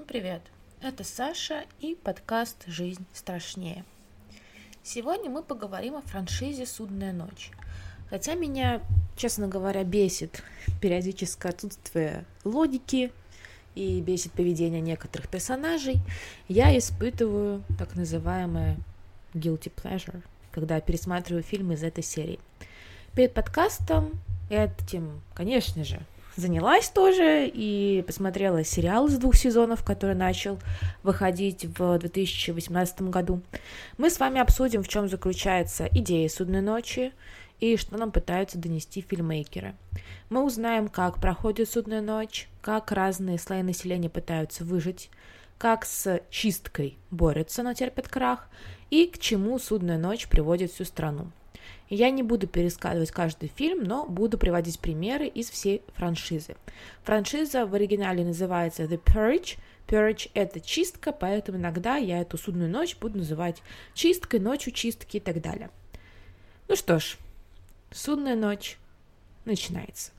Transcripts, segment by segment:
привет! Это Саша и подкаст «Жизнь страшнее». Сегодня мы поговорим о франшизе «Судная ночь». Хотя меня, честно говоря, бесит периодическое отсутствие логики и бесит поведение некоторых персонажей, я испытываю так называемое guilty pleasure, когда пересматриваю фильмы из этой серии. Перед подкастом этим, конечно же, занялась тоже и посмотрела сериал из 2 сезонов, который начал выходить в 2018 году. Мы с вами обсудим, в чем заключается идея «Судной ночи» и что нам пытаются донести фильммейкеры. Мы узнаем, как проходит «Судная ночь», как разные слои населения пытаются выжить, как с чисткой борются, но терпят крах, и к чему «Судная ночь» приводит всю страну. Я не буду пересказывать каждый фильм, но буду приводить примеры из всей франшизы. Франшиза в оригинале называется The Purge. Purge – это чистка, поэтому иногда я эту судную ночь буду называть чисткой, ночью чистки и так далее. Ну что ж, судная ночь начинается.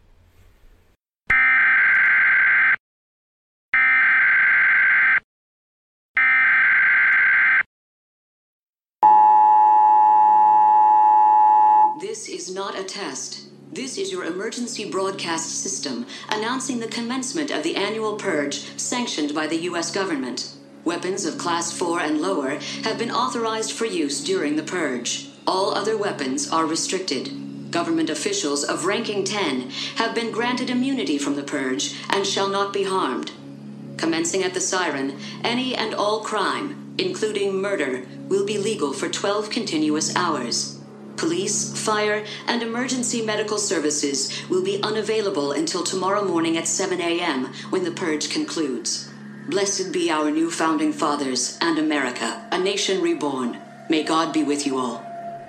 This is not a test. This is your emergency broadcast system announcing the commencement of the annual purge sanctioned by the U.S. government. Weapons of Class 4 and lower have been authorized for use during the purge. All other weapons are restricted. Government officials of ranking 10 have been granted immunity from the purge and shall not be harmed. Commencing at the siren, any and all crime, including murder, will be legal for 12 continuous hours. Police, fire, and emergency medical services will be unavailable until tomorrow morning at 7 a.m. when the purge concludes. Blessed be our new founding fathers and America, a nation reborn. May God be with you all.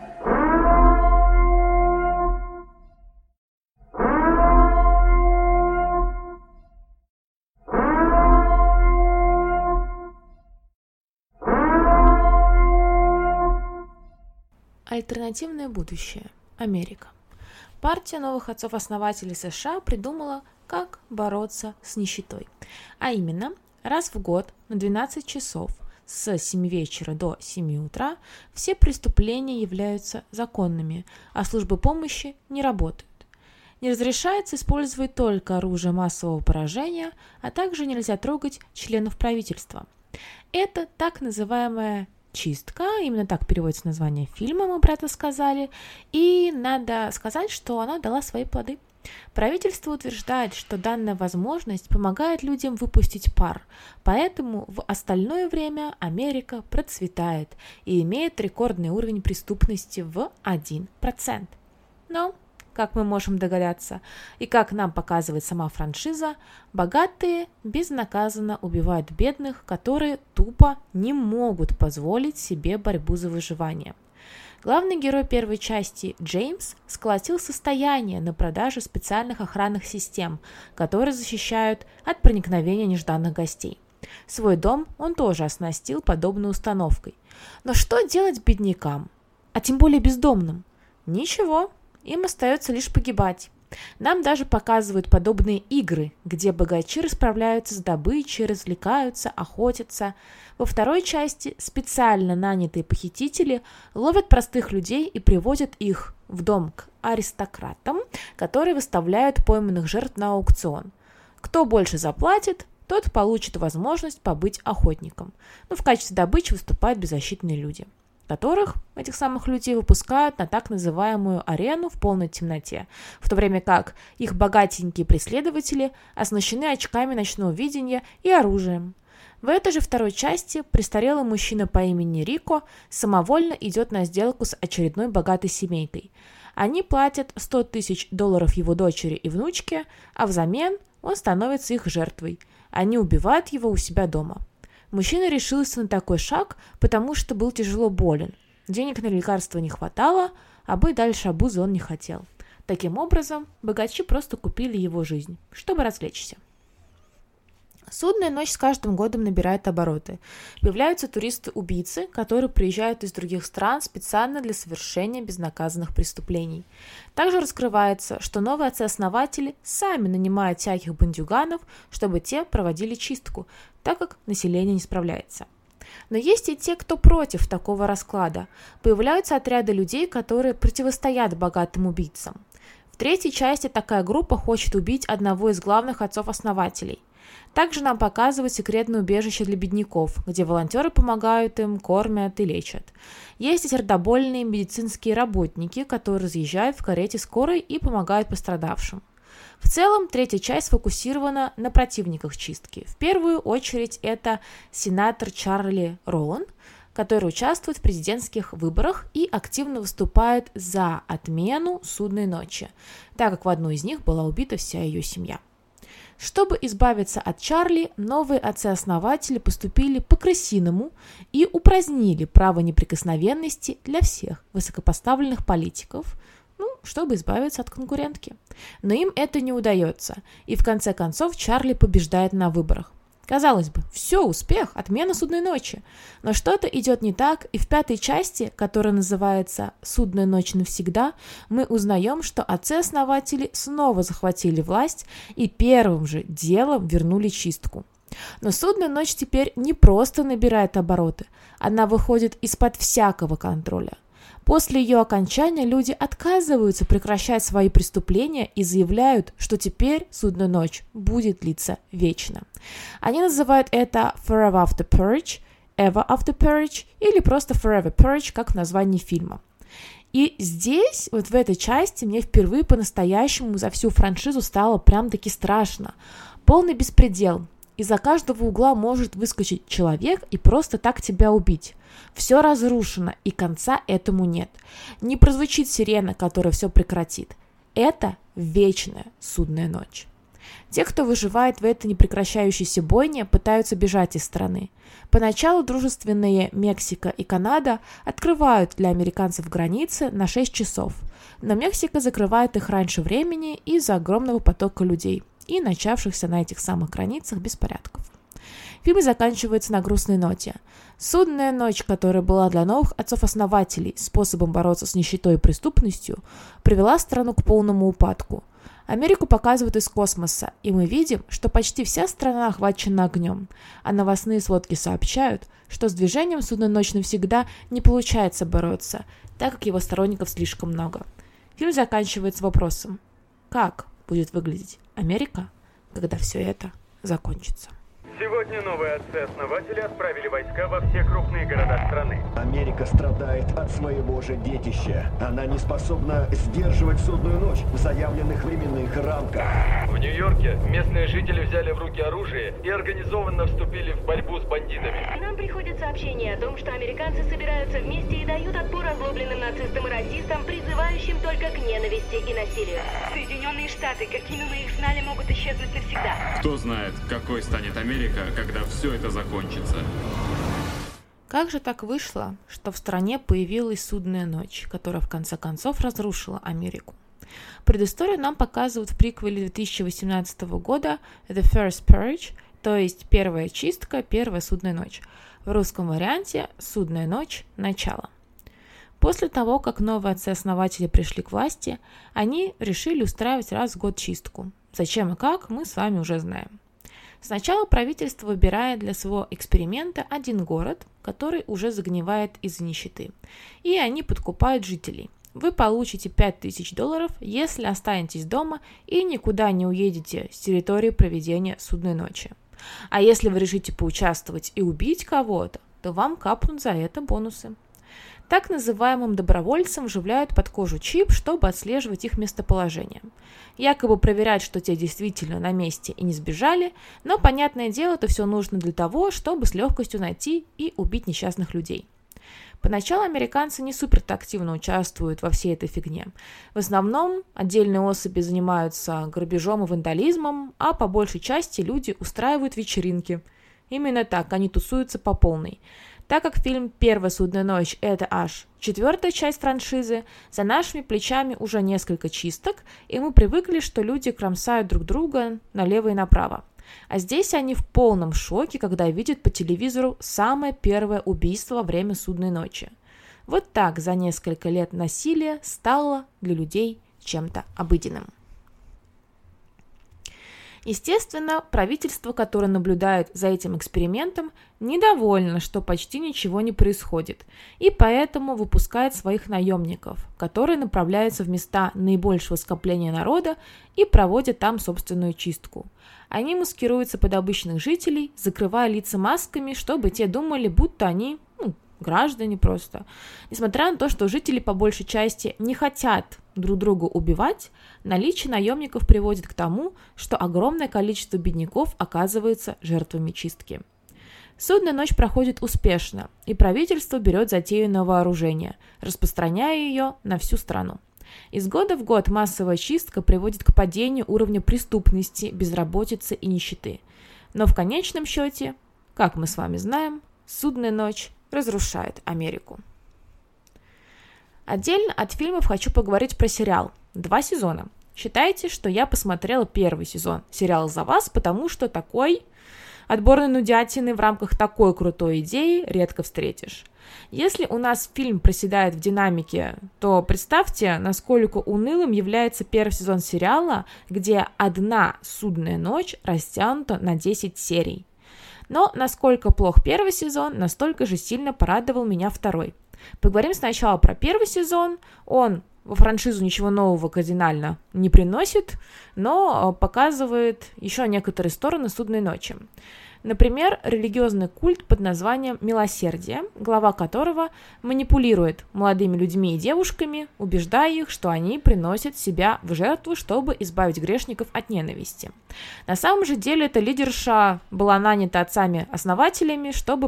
Альтернативное будущее. Америка. Партия новых отцов-основателей США придумала, как бороться с нищетой. А именно, раз в год на 12 часов с 7 вечера до 7 утра все преступления являются законными, а службы помощи не работают. Не разрешается использовать только оружие массового поражения, а также нельзя трогать членов правительства. Это так называемая чистка, именно так переводится название фильма, мы про это сказали, и надо сказать, что она дала свои плоды. Правительство утверждает, что данная возможность помогает людям выпустить пар, поэтому в остальное время Америка процветает и имеет рекордный уровень преступности в 1%. Но, как мы можем догадаться, и как нам показывает сама франшиза, богатые безнаказанно убивают бедных, которые тупо не могут позволить себе борьбу за выживание. Главный герой первой части, Джеймс, сколотил состояние на продаже специальных охранных систем, которые защищают от проникновения нежданных гостей. Свой дом он тоже оснастил подобной установкой. Но что делать беднякам, а тем более бездомным? Ничего. Им остается лишь погибать. Нам даже показывают подобные игры, где богачи расправляются с добычей, развлекаются, охотятся. Во второй части специально нанятые похитители ловят простых людей и приводят их в дом к аристократам, которые выставляют пойманных жертв на аукцион. Кто больше заплатит, тот получит возможность побыть охотником. Но в качестве добычи выступают беззащитные люди, которых, этих самых людей, выпускают на так называемую арену в полной темноте, в то время как их богатенькие преследователи оснащены очками ночного видения и оружием. В этой же второй части престарелый мужчина по имени Рико самовольно идет на сделку с очередной богатой семейкой. Они платят $100 тысяч его дочери и внучке, а взамен он становится их жертвой. Они убивают его у себя дома. Мужчина решился на такой шаг, потому что был тяжело болен. Денег на лекарства не хватало, а быть дальше обузы он не хотел. Таким образом, богачи просто купили его жизнь, чтобы развлечься. Судная ночь с каждым годом набирает обороты. Появляются туристы-убийцы, которые приезжают из других стран специально для совершения безнаказанных преступлений. Также раскрывается, что новые отцы-основатели сами нанимают всяких бандюганов, чтобы те проводили чистку, так как население не справляется. Но есть и те, кто против такого расклада. Появляются отряды людей, которые противостоят богатым убийцам. В третьей части такая группа хочет убить одного из главных отцов-основателей. Также нам показывают секретное убежище для бедняков, где волонтеры помогают им, кормят и лечат. Есть и сердобольные медицинские работники, которые разъезжают в карете скорой и помогают пострадавшим. В целом, третья часть сфокусирована на противниках чистки. В первую очередь это сенатор Чарли Ролан, который участвует в президентских выборах и активно выступает за отмену судной ночи, так как в одну из них была убита вся ее семья. Чтобы избавиться от Чарли, новые отцы-основатели поступили по-крысиному и упразднили право неприкосновенности для всех высокопоставленных политиков, чтобы избавиться от конкурентки. Но им это не удается, и в конце концов Чарли побеждает на выборах. Казалось бы, все, успех, отмена судной ночи. Но что-то идет не так, и в пятой части, которая называется «Судная ночь навсегда», мы узнаем, что отцы-основатели снова захватили власть и первым же делом вернули чистку. Но судная ночь теперь не просто набирает обороты, она выходит из-под всякого контроля. После ее окончания люди отказываются прекращать свои преступления и заявляют, что теперь судная ночь будет длиться вечно. Они называют это Forever After Purge, Ever After Purge или просто Forever Purge, как в названии фильма. И здесь, вот в этой части, мне впервые по-настоящему за всю франшизу стало прям-таки страшно. Полный беспредел. Из-за каждого угла может выскочить человек и просто так тебя убить. Все разрушено, и конца этому нет. Не прозвучит сирена, которая все прекратит. Это вечная судная ночь. Те, кто выживает в этой непрекращающейся бойне, пытаются бежать из страны. Поначалу дружественные Мексика и Канада открывают для американцев границы на 6 часов, но Мексика закрывает их раньше времени из-за огромного потока людей и начавшихся на этих самых границах беспорядков. Фильм заканчивается на грустной ноте. Судная ночь, которая была для новых отцов-основателей способом бороться с нищетой и преступностью, привела страну к полному упадку. Америку показывают из космоса, и мы видим, что почти вся страна охвачена огнем, а новостные сводки сообщают, что с движением «Судная ночь навсегда» не получается бороться, так как его сторонников слишком много. Фильм заканчивается вопросом: как будет выглядеть Америка, когда все это закончится? Сегодня новые отцы-основатели отправили войска во все крупные города страны. Америка страдает от своего же детища. Она не способна сдерживать судную ночь в заявленных временных рамках. В Нью-Йорке местные жители взяли в руки оружие и организованно вступили в борьбу с бандитами. Нам приходят сообщения о том, что американцы собираются вместе и дают отпор озлобленным нацистам и расистам, призывающим только к ненависти и насилию. Соединенные Штаты, какими мы их знали, могут исчезнуть навсегда. Кто знает, какой станет Америка, когда все это закончится. Как же так вышло, что в стране появилась судная ночь, которая в конце концов разрушила Америку? Предысторию нам показывают в приквеле 2018 года The First Purge, то есть первая чистка, первая судная ночь. В русском варианте «Судная ночь. Начало». После того, как новые отцы-основатели пришли к власти, они решили устраивать раз в год чистку. Зачем и как, мы с вами уже знаем. Сначала правительство выбирает для своего эксперимента один город, который уже загнивает из-за нищеты, и они подкупают жителей. Вы получите $5000, если останетесь дома и никуда не уедете с территории проведения судной ночи. А если вы решите поучаствовать и убить кого-то, то вам капнут за это бонусы. Так называемым добровольцам вживляют под кожу чип, чтобы отслеживать их местоположение. Якобы проверять, что те действительно на месте и не сбежали, но, понятное дело, это все нужно для того, чтобы с легкостью найти и убить несчастных людей. Поначалу американцы не супер-то активно участвуют во всей этой фигне. В основном отдельные особи занимаются грабежом и вандализмом, а по большей части люди устраивают вечеринки. Именно так, они тусуются по полной. Так как фильм «Первая судная ночь» — это аж 4-я часть франшизы, за нашими плечами уже несколько чисток, и мы привыкли, что люди кромсают друг друга налево и направо. А здесь они в полном шоке, когда видят по телевизору самое первое убийство во время судной ночи. Вот так за несколько лет насилие стало для людей чем-то обыденным. Естественно, правительство, которое наблюдает за этим экспериментом, недовольно, что почти ничего не происходит, и поэтому выпускает своих наемников, которые направляются в места наибольшего скопления народа и проводят там собственную чистку. Они маскируются под обычных жителей, закрывая лица масками, чтобы те думали, будто они граждане просто. Несмотря на то, что жители по большей части не хотят друг друга убивать, наличие наемников приводит к тому, что огромное количество бедняков оказывается жертвами чистки. Судная ночь проходит успешно, и правительство берет затею на вооружение, распространяя ее на всю страну. Из года в год массовая чистка приводит к падению уровня преступности, безработицы и нищеты. Но в конечном счете, как мы с вами знаем, судная ночь разрушает Америку. Отдельно от фильмов хочу поговорить про сериал. 2 сезона. Считайте, что я посмотрела 1 сезон сериала за вас, потому что такой отборной нудятины в рамках такой крутой идеи редко встретишь. Если у нас фильм проседает в динамике, то представьте, насколько унылым является 1 сезон сериала, где одна судная ночь растянута на 10 серий. Но насколько плох 1 сезон, настолько же сильно порадовал меня 2. Поговорим сначала про 1 сезон. Он во франшизу ничего нового кардинально не приносит, но показывает еще некоторые стороны судной ночи. Например, религиозный культ под названием «Милосердие», глава которого манипулирует молодыми людьми и девушками, убеждая их, что они приносят себя в жертву, чтобы избавить грешников от ненависти. На самом же деле эта лидерша была нанята отцами-основателями, чтобы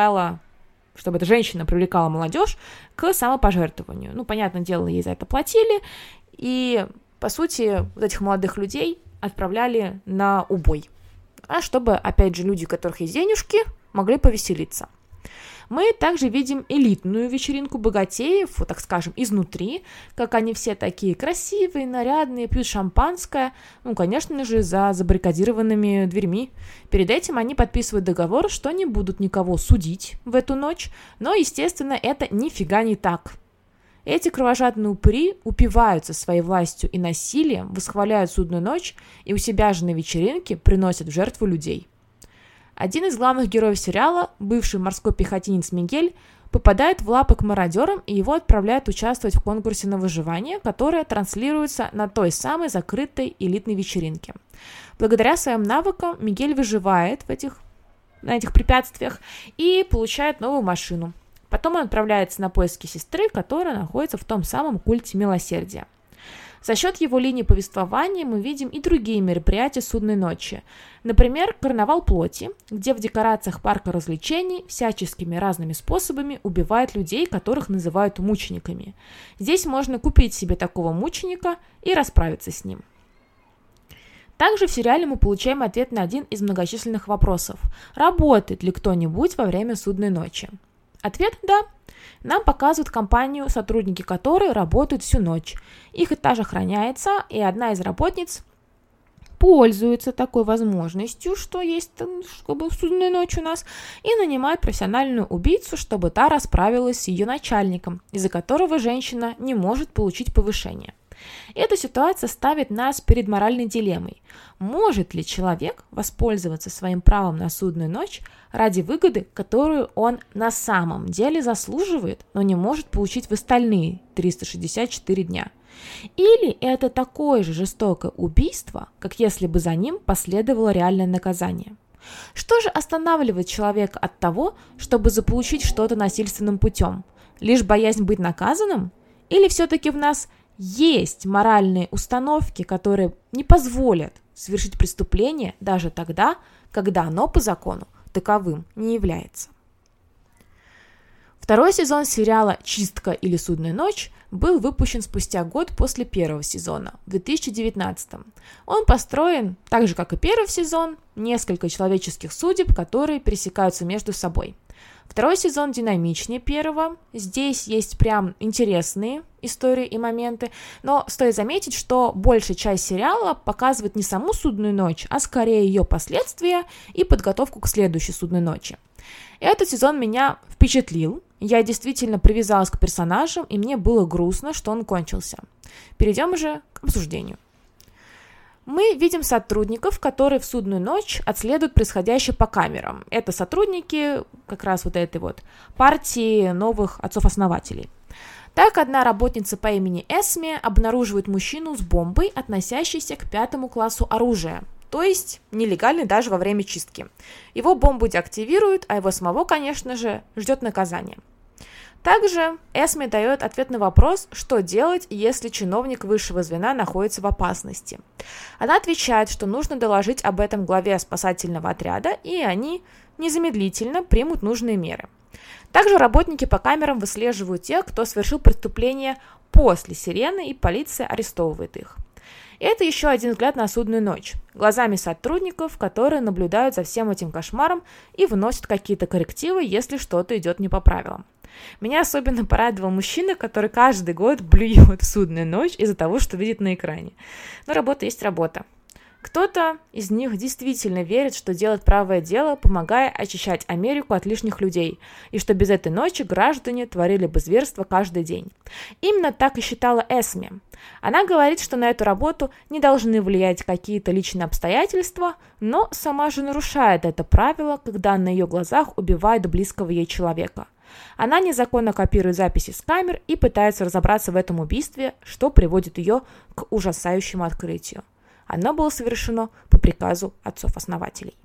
эта женщина привлекала молодежь к самопожертвованию. Понятное дело, ей за это платили, и, по сути, вот этих молодых людей отправляли на убой. Чтобы, опять же, люди, у которых есть денежки, могли повеселиться. Мы также видим элитную вечеринку богатеев, так скажем, изнутри, как они все такие красивые, нарядные, пьют шампанское, конечно же, за забаррикадированными дверьми. Перед этим они подписывают договор, что не будут никого судить в эту ночь, но, естественно, это нифига не так. Эти кровожадные упыри упиваются своей властью и насилием, восхваляют судную ночь и у себя же на вечеринке приносят в жертву людей. Один из главных героев сериала, бывший морской пехотинец Мигель, попадает в лапы к мародерам, и его отправляют участвовать в конкурсе на выживание, которое транслируется на той самой закрытой элитной вечеринке. Благодаря своим навыкам Мигель выживает на этих препятствиях и получает новую машину. Потом он отправляется на поиски сестры, которая находится в том самом культе милосердия. За счет его линии повествования мы видим и другие мероприятия судной ночи. Например, карнавал плоти, где в декорациях парка развлечений всяческими разными способами убивают людей, которых называют мучениками. Здесь можно купить себе такого мученика и расправиться с ним. Также в сериале мы получаем ответ на один из многочисленных вопросов. Работает ли кто-нибудь во время судной ночи? Ответ – да. Нам показывают компанию, сотрудники которой работают всю ночь. Их этаж охраняется, и одна из работниц пользуется такой возможностью, что есть судная ночь у нас, и нанимает профессиональную убийцу, чтобы та расправилась с ее начальником, из-за которого женщина не может получить повышение. Эта ситуация ставит нас перед моральной дилеммой. Может ли человек воспользоваться своим правом на судную ночь ради выгоды, которую он на самом деле заслуживает, но не может получить в остальные 364 дня? Или это такое же жестокое убийство, как если бы за ним последовало реальное наказание? Что же останавливает человека от того, чтобы заполучить что-то насильственным путем? Лишь боязнь быть наказанным? Или все-таки в нас есть моральные установки, которые не позволят совершить преступление даже тогда, когда оно по закону таковым не является? 2 сезон сериала «Чистка» или «Судная ночь» был выпущен спустя год после 1 сезона, в 2019. Он построен, так же как и 1 сезон, несколько человеческих судеб, которые пересекаются между собой. 2 сезон динамичнее 1. Здесь есть прям интересные истории и моменты, но стоит заметить, что большая часть сериала показывает не саму судную ночь, а скорее ее последствия и подготовку к следующей судной ночи. Этот сезон меня впечатлил, я действительно привязалась к персонажам, и мне было грустно, что он кончился. Перейдем уже к обсуждению. Мы видим сотрудников, которые в судную ночь отследуют происходящее по камерам. Это сотрудники как раз вот этой вот партии новых отцов-основателей. Так, одна работница по имени Эсме обнаруживает мужчину с бомбой, относящейся к 5 классу оружия, то есть нелегальный даже во время чистки. Его бомбу деактивируют, а его самого, конечно же, ждет наказание. Также Эсме дает ответ на вопрос, что делать, если чиновник высшего звена находится в опасности. Она отвечает, что нужно доложить об этом главе спасательного отряда, и они незамедлительно примут нужные меры. Также работники по камерам выслеживают тех, кто совершил преступление после сирены, и полиция арестовывает их. И это еще один взгляд на судную ночь, глазами сотрудников, которые наблюдают за всем этим кошмаром и вносят какие-то коррективы, если что-то идет не по правилам. Меня особенно порадовал мужчина, который каждый год блюет в судную ночь из-за того, что видит на экране. Но работа есть работа. Кто-то из них действительно верит, что делает правое дело, помогая очищать Америку от лишних людей, и что без этой ночи граждане творили бы зверство каждый день. Именно так и считала Эсме. Она говорит, что на эту работу не должны влиять какие-то личные обстоятельства, но сама же нарушает это правило, когда на ее глазах убивают близкого ей человека. Она незаконно копирует записи с камер и пытается разобраться в этом убийстве, что приводит ее к ужасающему открытию. Оно было совершено по приказу отцов-основателей.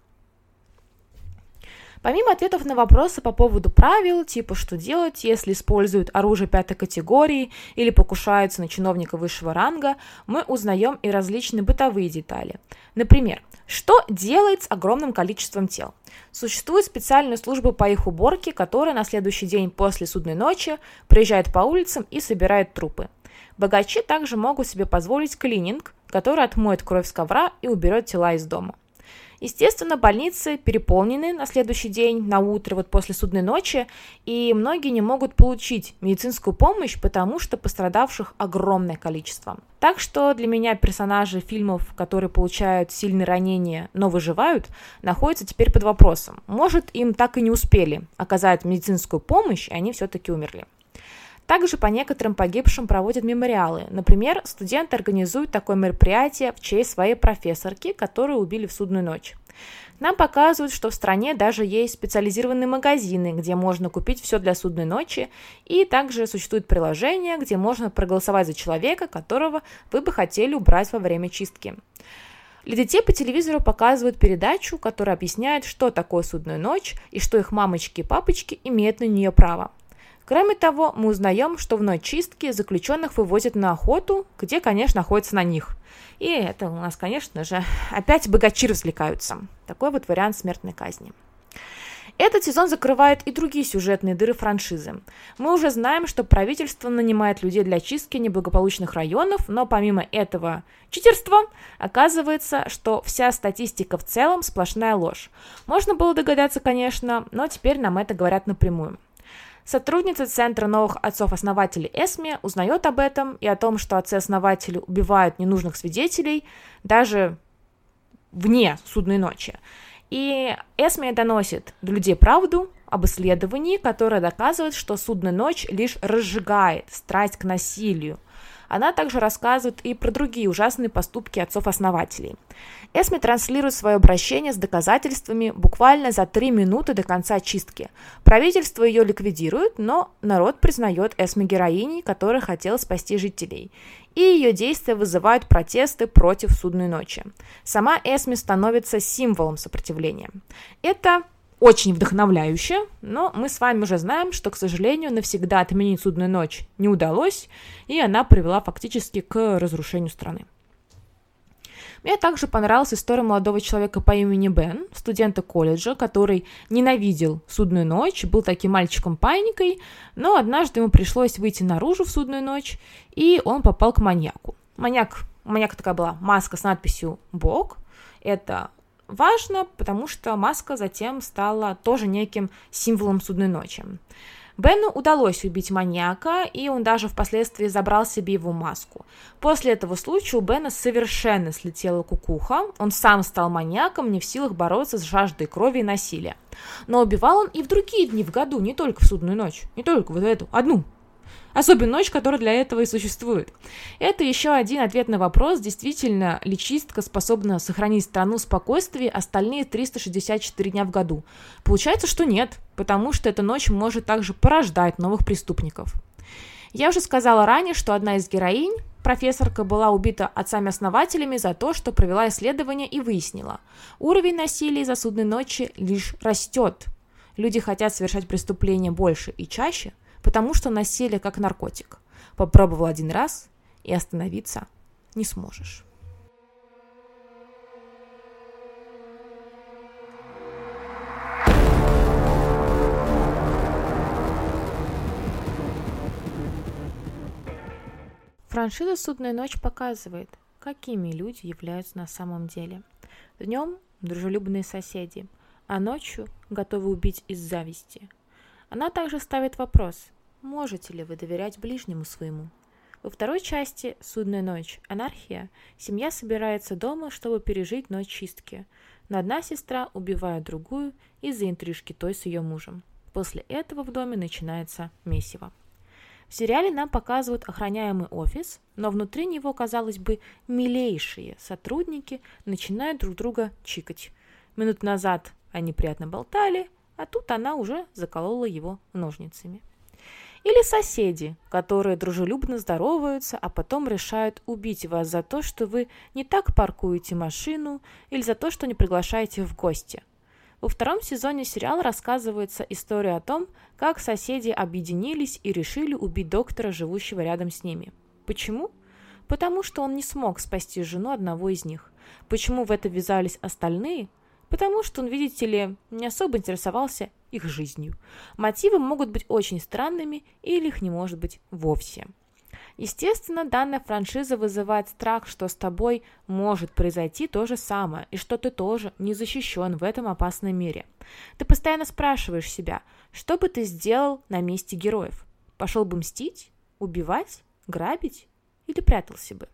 Помимо ответов на вопросы по поводу правил, типа что делать, если используют оружие 5 категории или покушаются на чиновника высшего ранга, мы узнаем и различные бытовые детали. Например, что делать с огромным количеством тел? Существует специальная служба по их уборке, которая на следующий день после судной ночи приезжает по улицам и собирает трупы. Богачи также могут себе позволить клининг, который отмоет кровь с ковра и уберет тела из дома. Естественно, больницы переполнены на следующий день, на утро, вот после судной ночи, и многие не могут получить медицинскую помощь, потому что пострадавших огромное количество. Так что для меня персонажи фильмов, которые получают сильные ранения, но выживают, находятся теперь под вопросом. Может, им так и не успели оказать медицинскую помощь, и они все-таки умерли. Также по некоторым погибшим проводят мемориалы. Например, студенты организуют такое мероприятие в честь своей профессорки, которую убили в судную ночь. Нам показывают, что в стране даже есть специализированные магазины, где можно купить все для судной ночи, и также существует приложение, где можно проголосовать за человека, которого вы бы хотели убрать во время чистки. Для детей по телевизору показывают передачу, которая объясняет, что такое судная ночь и что их мамочки и папочки имеют на нее право. Кроме того, мы узнаем, что в ночь чистки заключенных вывозят на охоту, где, конечно, охотятся на них. И это у нас, конечно же, опять богачи развлекаются. Такой вот вариант смертной казни. Этот сезон закрывает и другие сюжетные дыры франшизы. Мы уже знаем, что правительство нанимает людей для чистки неблагополучных районов, но помимо этого читерства, оказывается, что вся статистика в целом сплошная ложь. Можно было догадаться, конечно, но теперь нам это говорят напрямую. Сотрудница Центра новых отцов-основателей Эсме узнает об этом и о том, что отцы-основатели убивают ненужных свидетелей даже вне судной ночи. И Эсме доносит до людей правду об исследовании, которое доказывает, что судная ночь лишь разжигает страсть к насилию. Она также рассказывает и про другие ужасные поступки отцов-основателей. Эсме транслирует свое обращение с доказательствами буквально за 3 минуты до конца чистки. Правительство ее ликвидирует, но народ признает Эсме героиней, которая хотела спасти жителей. И ее действия вызывают протесты против судной ночи. Сама Эсме становится символом сопротивления. Это очень вдохновляюще, но мы с вами уже знаем, что, к сожалению, навсегда отменить судную ночь не удалось, и она привела фактически к разрушению страны. Мне также понравилась история молодого человека по имени Бен, студента колледжа, который ненавидел судную ночь, был таким мальчиком-паникой, но однажды ему пришлось выйти наружу в судную ночь, и он попал к маньяку. У маньяка такая была маска с надписью «Бог». Это важно, потому что маска затем стала тоже неким символом судной ночи. Бену удалось убить маньяка, и он даже впоследствии забрал себе его маску. После этого случая у Бена совершенно слетела кукуха, он сам стал маньяком, не в силах бороться с жаждой крови и насилия. Но убивал он и в другие дни в году, не только в судную ночь, не только вот эту, одну. Особенно ночь, которая для этого и существует. Это еще один ответ на вопрос, действительно ли чистка способна сохранить страну в спокойствии остальные 364 дня в году. Получается, что нет, потому что эта ночь может также порождать новых преступников. Я уже сказала ранее, что одна из героинь, профессорка, была убита отцами-основателями за то, что провела исследование и выяснила, уровень насилия из-за судной ночи лишь растет. Люди хотят совершать преступления больше и чаще, потому что насилие как наркотик. Попробовал один раз и остановиться не сможешь. Франшиза «Судная ночь» показывает, какими люди являются на самом деле. Днем дружелюбные соседи, а ночью готовы убить из зависти. Она также ставит вопрос, можете ли вы доверять ближнему своему. Во второй части «Судная ночь. Анархия» семья собирается дома, чтобы пережить ночь чистки. Но одна сестра убивает другую из-за интрижки той с ее мужем. После этого в доме начинается месиво. В сериале нам показывают охраняемый офис, но внутри него, казалось бы, милейшие сотрудники начинают друг друга чикать. Минут назад они приятно болтали, а тут она уже заколола его ножницами. Или соседи, которые дружелюбно здороваются, а потом решают убить вас за то, что вы не так паркуете машину, или за то, что не приглашаете в гости. Во втором сезоне сериала рассказывается история о том, как соседи объединились и решили убить доктора, живущего рядом с ними. Почему? Потому что он не смог спасти жену одного из них. Почему в это ввязались остальные? Потому что он, видите ли, не особо интересовался их жизнью. Мотивы могут быть очень странными, или их не может быть вовсе. Естественно, данная франшиза вызывает страх, что с тобой может произойти то же самое, и что ты тоже не защищен в этом опасном мире. Ты постоянно спрашиваешь себя, что бы ты сделал на месте героев? Пошел бы мстить, убивать, грабить или прятался бы?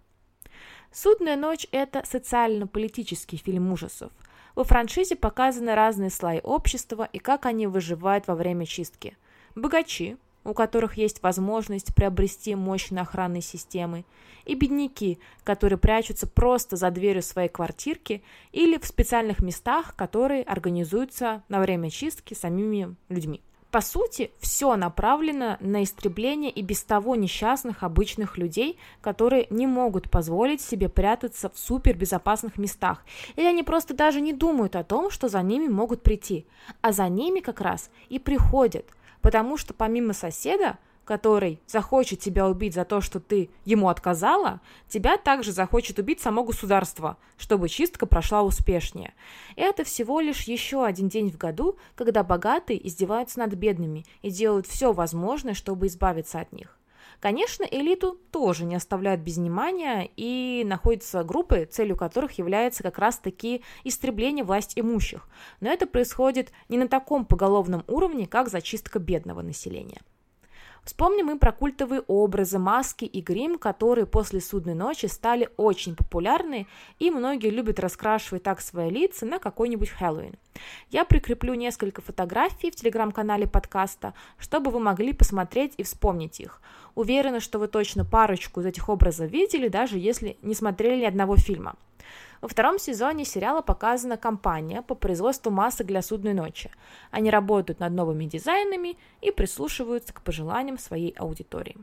«Судная ночь» — это социально-политический фильм ужасов. Во франшизе показаны разные слои общества и как они выживают во время чистки. Богачи, у которых есть возможность приобрести мощные охранные системы, и бедняки, которые прячутся просто за дверью своей квартирки или в специальных местах, которые организуются на время чистки самими людьми. По сути, все направлено на истребление и без того несчастных обычных людей, которые не могут позволить себе прятаться в супербезопасных местах, или они просто даже не думают о том, что за ними могут прийти, а за ними как раз и приходят, потому что помимо соседа, который захочет тебя убить за то, что ты ему отказала, тебя также захочет убить само государство, чтобы чистка прошла успешнее. Это всего лишь еще один день в году, когда богатые издеваются над бедными и делают все возможное, чтобы избавиться от них. Конечно, элиту тоже не оставляют без внимания, и находятся группы, целью которых является как раз-таки истребление власть имущих. Но это происходит не на таком поголовном уровне, как зачистка бедного населения. Вспомним мы про культовые образы, маски и грим, которые после «Судной ночи» стали очень популярны, и многие любят раскрашивать так свои лица на какой-нибудь Хэллоуин. Я прикреплю несколько фотографий в телеграм-канале подкаста, чтобы вы могли посмотреть и вспомнить их. Уверена, что вы точно парочку из этих образов видели, даже если не смотрели ни одного фильма. Во втором сезоне сериала показана компания по производству масок для «Судной ночи». Они работают над новыми дизайнами и прислушиваются к пожеланиям своей аудитории.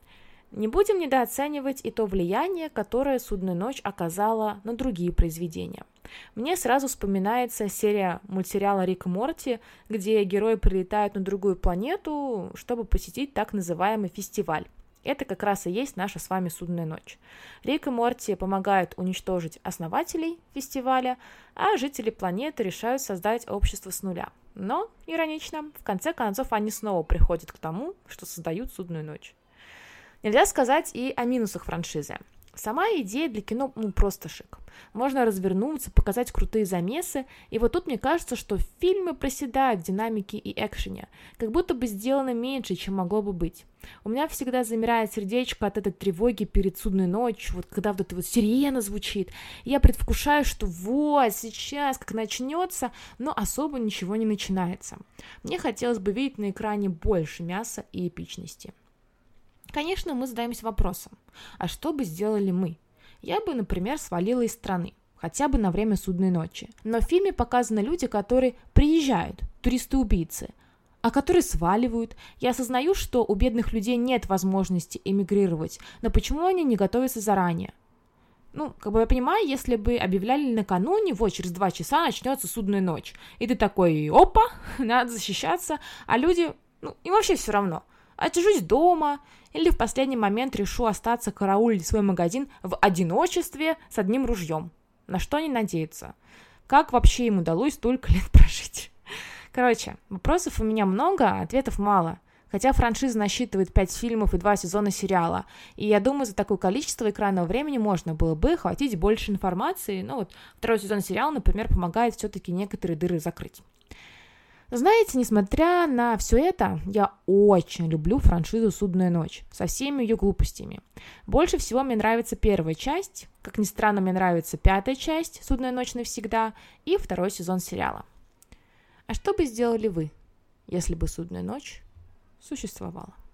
Не будем недооценивать и то влияние, которое «Судная ночь» оказала на другие произведения. Мне сразу вспоминается серия мультсериала «Рик и Морти», где герои прилетают на другую планету, чтобы посетить так называемый фестиваль. Это как раз и есть наша с вами «Судная ночь». Рик и Морти помогают уничтожить основателей фестиваля, а жители планеты решают создать общество с нуля. Но, иронично, в конце концов они снова приходят к тому, что создают «Судную ночь». Нельзя сказать и о минусах франшизы. Сама идея для кино просто шик. Можно развернуться, показать крутые замесы, и вот тут мне кажется, что фильмы проседают в динамике и экшене, как будто бы сделано меньше, чем могло бы быть. У меня всегда замирает сердечко от этой тревоги перед судной ночью, вот когда вот эта вот сирена звучит, и я предвкушаю, что вот сейчас как начнется, но особо ничего не начинается. Мне хотелось бы видеть на экране больше мяса и эпичности. Конечно, мы задаемся вопросом, а что бы сделали мы? Я бы, например, свалила из страны, хотя бы на время судной ночи. Но в фильме показаны люди, которые приезжают, туристы-убийцы, а которые сваливают. Я осознаю, что у бедных людей нет возможности эмигрировать, но почему они не готовятся заранее? Я понимаю, если бы объявляли накануне, вот через 2 часа начнется судная ночь, и ты такой, опа, надо защищаться, а люди, им вообще все равно. Отсижусь дома или в последний момент решу остаться караулить свой магазин в одиночестве с одним ружьем. На что они надеются? Как вообще им удалось столько лет прожить? Короче, вопросов у меня много, а ответов мало. Хотя франшиза насчитывает 5 фильмов и 2 сезона сериала. И я думаю, за такое количество экранного времени можно было бы охватить больше информации. 2-й сезон сериала, например, помогает все-таки некоторые дыры закрыть. Знаете, несмотря на все это, я очень люблю франшизу «Судная ночь» со всеми ее глупостями. Больше всего мне нравится 1-я часть, как ни странно, мне нравится 5-я часть «Судная ночь навсегда» и 2-й сезон сериала. А что бы сделали вы, если бы «Судная ночь» существовала?